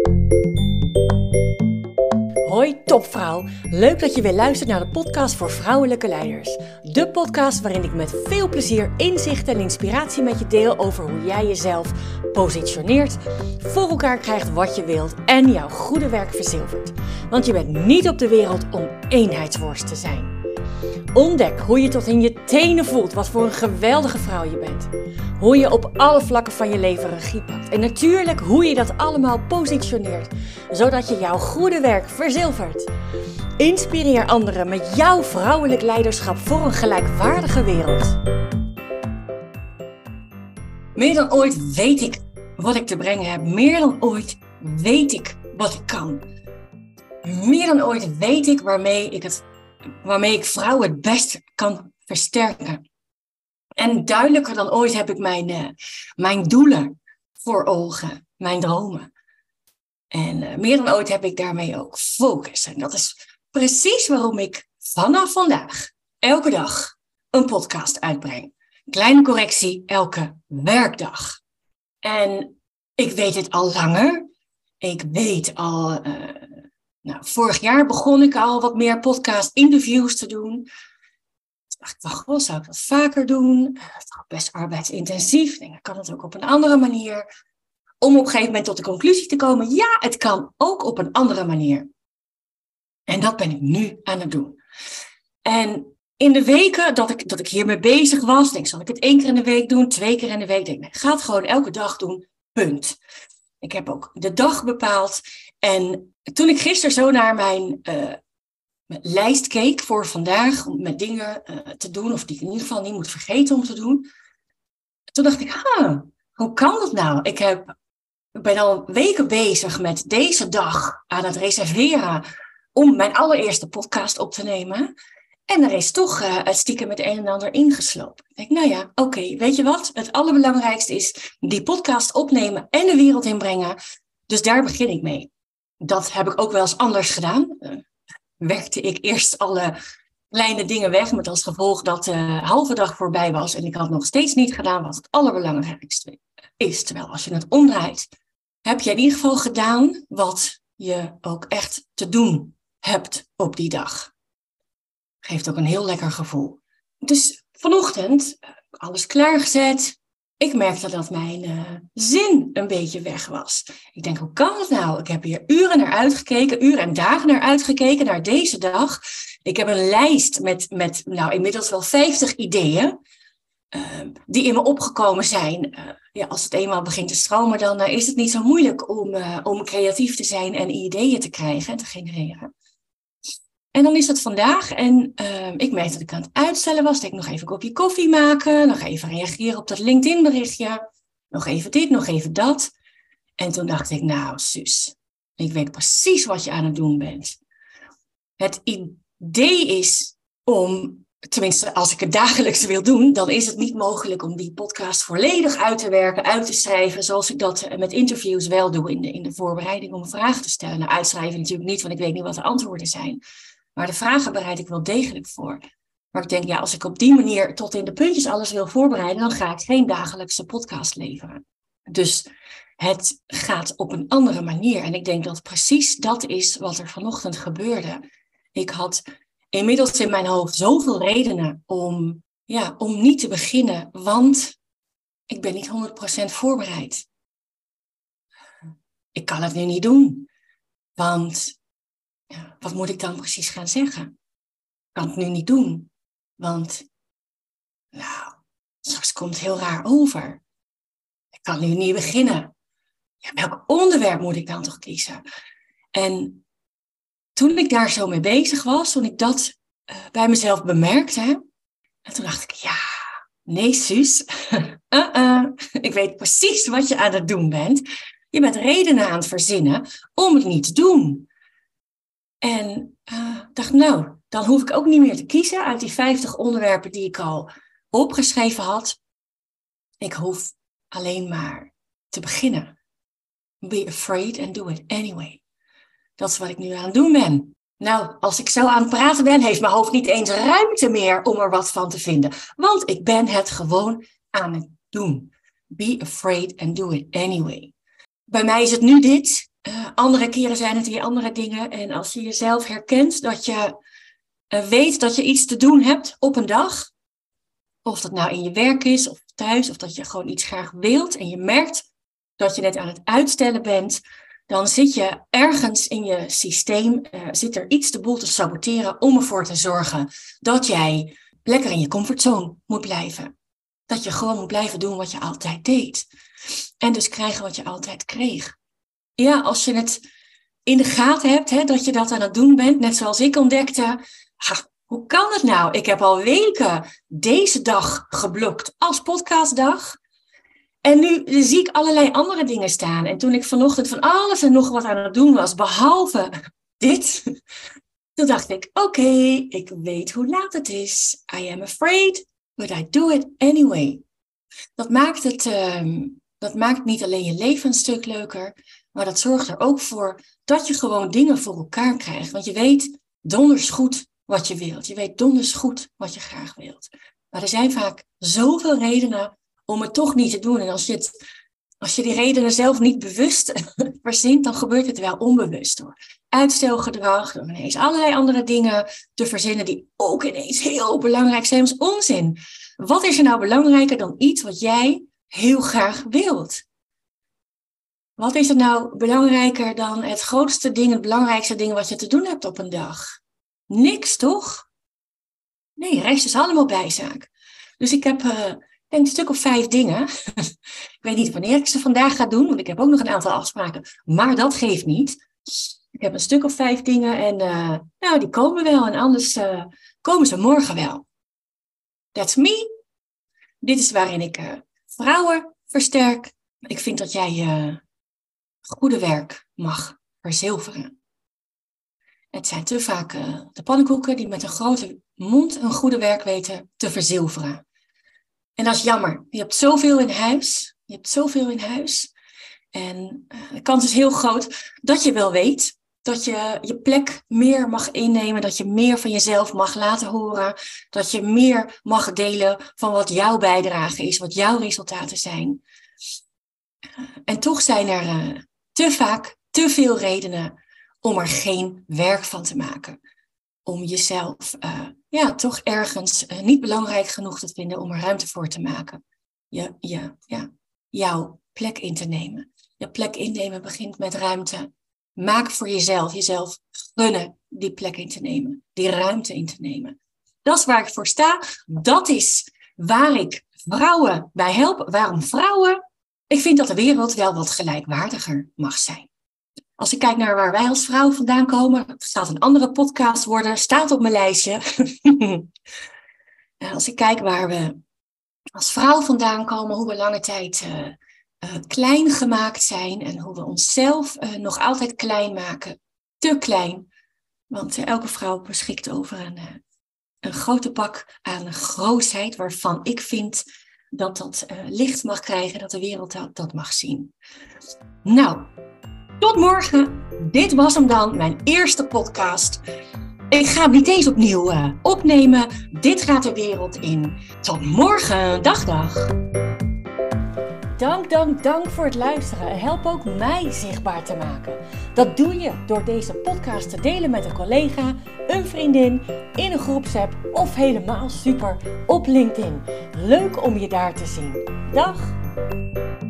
Hoi topvrouw, leuk dat je weer luistert naar de podcast voor vrouwelijke leiders. De podcast waarin ik met veel plezier inzicht en inspiratie met je deel over hoe jij jezelf positioneert, voor elkaar krijgt wat je wilt en jouw goede werk verzilvert. Want je bent niet op de wereld om eenheidsworst te zijn. Ontdek hoe je tot in je tenen voelt wat voor een geweldige vrouw je bent. Hoe je op alle vlakken van je leven regie pakt. En natuurlijk hoe je dat allemaal positioneert, zodat je jouw goede werk verzilvert. Inspireer anderen met jouw vrouwelijk leiderschap voor een gelijkwaardige wereld. Meer dan ooit weet ik wat ik te brengen heb. Meer dan ooit weet ik wat ik kan. Meer dan ooit weet ik waarmee ik vrouwen het best kan versterken. En duidelijker dan ooit heb ik mijn doelen voor ogen, mijn dromen. En meer dan ooit heb ik daarmee ook focus. En dat is precies waarom ik vanaf vandaag elke dag een podcast uitbreng. Kleine correctie, elke werkdag. En ik weet het al langer. Ik weet al... vorig jaar begon ik al wat meer podcast-interviews te doen. Toen dacht ik, wacht, zou ik dat vaker doen? Het is best arbeidsintensief. Ik denk, dan kan het ook op een andere manier. Om op een gegeven moment tot de conclusie te komen, ja, het kan ook op een andere manier. En dat ben ik nu aan het doen. En in de weken dat ik hiermee bezig was, denk ik, zal ik het 1 keer in de week doen, 2 keer in de week? Denk ik, ga het gewoon elke dag doen, punt. Ik heb ook de dag bepaald. En toen ik gisteren zo naar mijn lijst keek voor vandaag, om met dingen te doen, of die ik in ieder geval niet moet vergeten om te doen. Toen dacht ik, hoe kan dat nou? Ik ben al weken bezig met deze dag aan het reserveren om mijn allereerste podcast op te nemen. En er is toch stiekem het een en ander ingeslopen. Ik denk, oké, weet je wat? Het allerbelangrijkste is die podcast opnemen en de wereld inbrengen. Dus daar begin ik mee. Dat heb ik ook wel eens anders gedaan. Werkte ik eerst alle kleine dingen weg met als gevolg dat de halve dag voorbij was. En ik had nog steeds niet gedaan wat het allerbelangrijkste is. Terwijl als je het omdraait, heb je in ieder geval gedaan wat je ook echt te doen hebt op die dag. Geeft ook een heel lekker gevoel. Dus vanochtend, alles klaargezet. Ik merkte dat mijn zin een beetje weg was. Ik denk, hoe kan het nou? Ik heb hier uren en dagen naar uitgekeken, naar deze dag. Ik heb een lijst met inmiddels wel 50 ideeën. Die in me opgekomen zijn. Als het eenmaal begint te stromen, dan is het niet zo moeilijk om creatief te zijn en ideeën te krijgen en te genereren. En dan is het vandaag en ik merkte dat ik aan het uitstellen was. Ik nog even een kopje koffie maken, nog even reageren op dat LinkedIn berichtje. Nog even dit, nog even dat. En toen dacht ik, Suus, ik weet precies wat je aan het doen bent. Het idee is om, tenminste als ik het dagelijks wil doen, dan is het niet mogelijk om die podcast volledig uit te werken, uit te schrijven, zoals ik dat met interviews wel doe in de voorbereiding om vragen te stellen. Nou, uitschrijven natuurlijk niet, want ik weet niet wat de antwoorden zijn. Maar de vragen bereid ik wel degelijk voor. Maar ik denk, als ik op die manier tot in de puntjes alles wil voorbereiden, dan ga ik geen dagelijkse podcast leveren. Dus het gaat op een andere manier. En ik denk dat precies dat is wat er vanochtend gebeurde. Ik had inmiddels in mijn hoofd zoveel redenen om niet te beginnen, want ik ben niet 100% voorbereid. Ik kan het nu niet doen, want wat moet ik dan precies gaan zeggen? Ik kan het nu niet doen, want straks komt het heel raar over. Ik kan nu niet beginnen. Welk onderwerp moet ik dan toch kiezen? En toen ik daar zo mee bezig was, toen ik dat bij mezelf bemerkte, en toen dacht ik, nee Suus, ik weet precies wat je aan het doen bent. Je bent redenen aan het verzinnen om het niet te doen. En dacht, dan hoef ik ook niet meer te kiezen uit die 50 onderwerpen die ik al opgeschreven had. Ik hoef alleen maar te beginnen. Be afraid and do it anyway. Dat is wat ik nu aan het doen ben. Als ik zo aan het praten ben, heeft mijn hoofd niet eens ruimte meer om er wat van te vinden. Want ik ben het gewoon aan het doen. Be afraid and do it anyway. Bij mij is het nu dit. Andere keren zijn het weer andere dingen. En als je jezelf herkent dat je weet dat je iets te doen hebt op een dag. Of dat nou in je werk is of thuis. Of dat je gewoon iets graag wilt. En je merkt dat je net aan het uitstellen bent. Dan zit je ergens in je systeem. Zit er iets de boel te saboteren om ervoor te zorgen dat jij lekker in je comfortzone moet blijven. Dat je gewoon moet blijven doen wat je altijd deed. En dus krijgen wat je altijd kreeg. Ja, als je het in de gaten hebt, hè, dat je dat aan het doen bent, net zoals ik ontdekte. Hoe kan het nou? Ik heb al weken deze dag geblokt als podcastdag. En nu zie ik allerlei andere dingen staan. En toen ik vanochtend van alles en nog wat aan het doen was, behalve dit, toen dacht ik, oké, ik weet hoe laat het is. I am afraid, but I do it anyway. Dat maakt niet alleen je leven een stuk leuker, maar dat zorgt er ook voor dat je gewoon dingen voor elkaar krijgt. Want je weet donders goed wat je wilt. Je weet donders goed wat je graag wilt. Maar er zijn vaak zoveel redenen om het toch niet te doen. En als je die redenen zelf niet bewust verzint, dan gebeurt het wel onbewust door uitstelgedrag, door ineens allerlei andere dingen te verzinnen die ook ineens heel belangrijk zijn. Dat is onzin. Wat is er nou belangrijker dan iets wat jij heel graag wilt? Wat is er nou belangrijker dan het grootste ding, het belangrijkste ding wat je te doen hebt op een dag? Niks, toch? Nee, de rest is allemaal bijzaak. Dus ik heb denk een stuk of 5 dingen. Ik weet niet wanneer ik ze vandaag ga doen, want ik heb ook nog een aantal afspraken. Maar dat geeft niet. Ik heb een stuk of 5 dingen en die komen wel. En anders komen ze morgen wel. That's me. Dit is waarin ik vrouwen versterk. Ik vind dat jij goede werk mag verzilveren. Het zijn te vaak de pannenkoeken die met een grote mond een goede werk weten te verzilveren. En dat is jammer. Je hebt zoveel in huis. En de kans is heel groot dat je wel weet dat je je plek meer mag innemen. Dat je meer van jezelf mag laten horen. Dat je meer mag delen van wat jouw bijdrage is. Wat jouw resultaten zijn. En toch zijn er te vaak te veel redenen om er geen werk van te maken. Om jezelf toch ergens niet belangrijk genoeg te vinden om er ruimte voor te maken. Jouw plek in te nemen. Je plek innemen begint met ruimte. Maak voor jezelf gunnen die plek in te nemen. Die ruimte in te nemen. Dat is waar ik voor sta. Dat is waar ik vrouwen bij help. Waarom vrouwen? Ik vind dat de wereld wel wat gelijkwaardiger mag zijn. Als ik kijk naar waar wij als vrouw vandaan komen, het gaat een andere podcast worden, staat op mijn lijstje. Als ik kijk waar we als vrouw vandaan komen, hoe we lange tijd klein gemaakt zijn en hoe we onszelf nog altijd klein maken. Te klein, want elke vrouw beschikt over een grote pak aan grootheid waarvan ik vind dat licht mag krijgen, dat de wereld dat mag zien. Nou, tot morgen. Dit was hem dan, mijn eerste podcast. Ik ga hem niet eens opnieuw opnemen. Dit gaat de wereld in. Tot morgen. Dag. Dank voor het luisteren en help ook mij zichtbaar te maken. Dat doe je door deze podcast te delen met een collega, een vriendin, in een groepsapp of helemaal super op LinkedIn. Leuk om je daar te zien. Dag!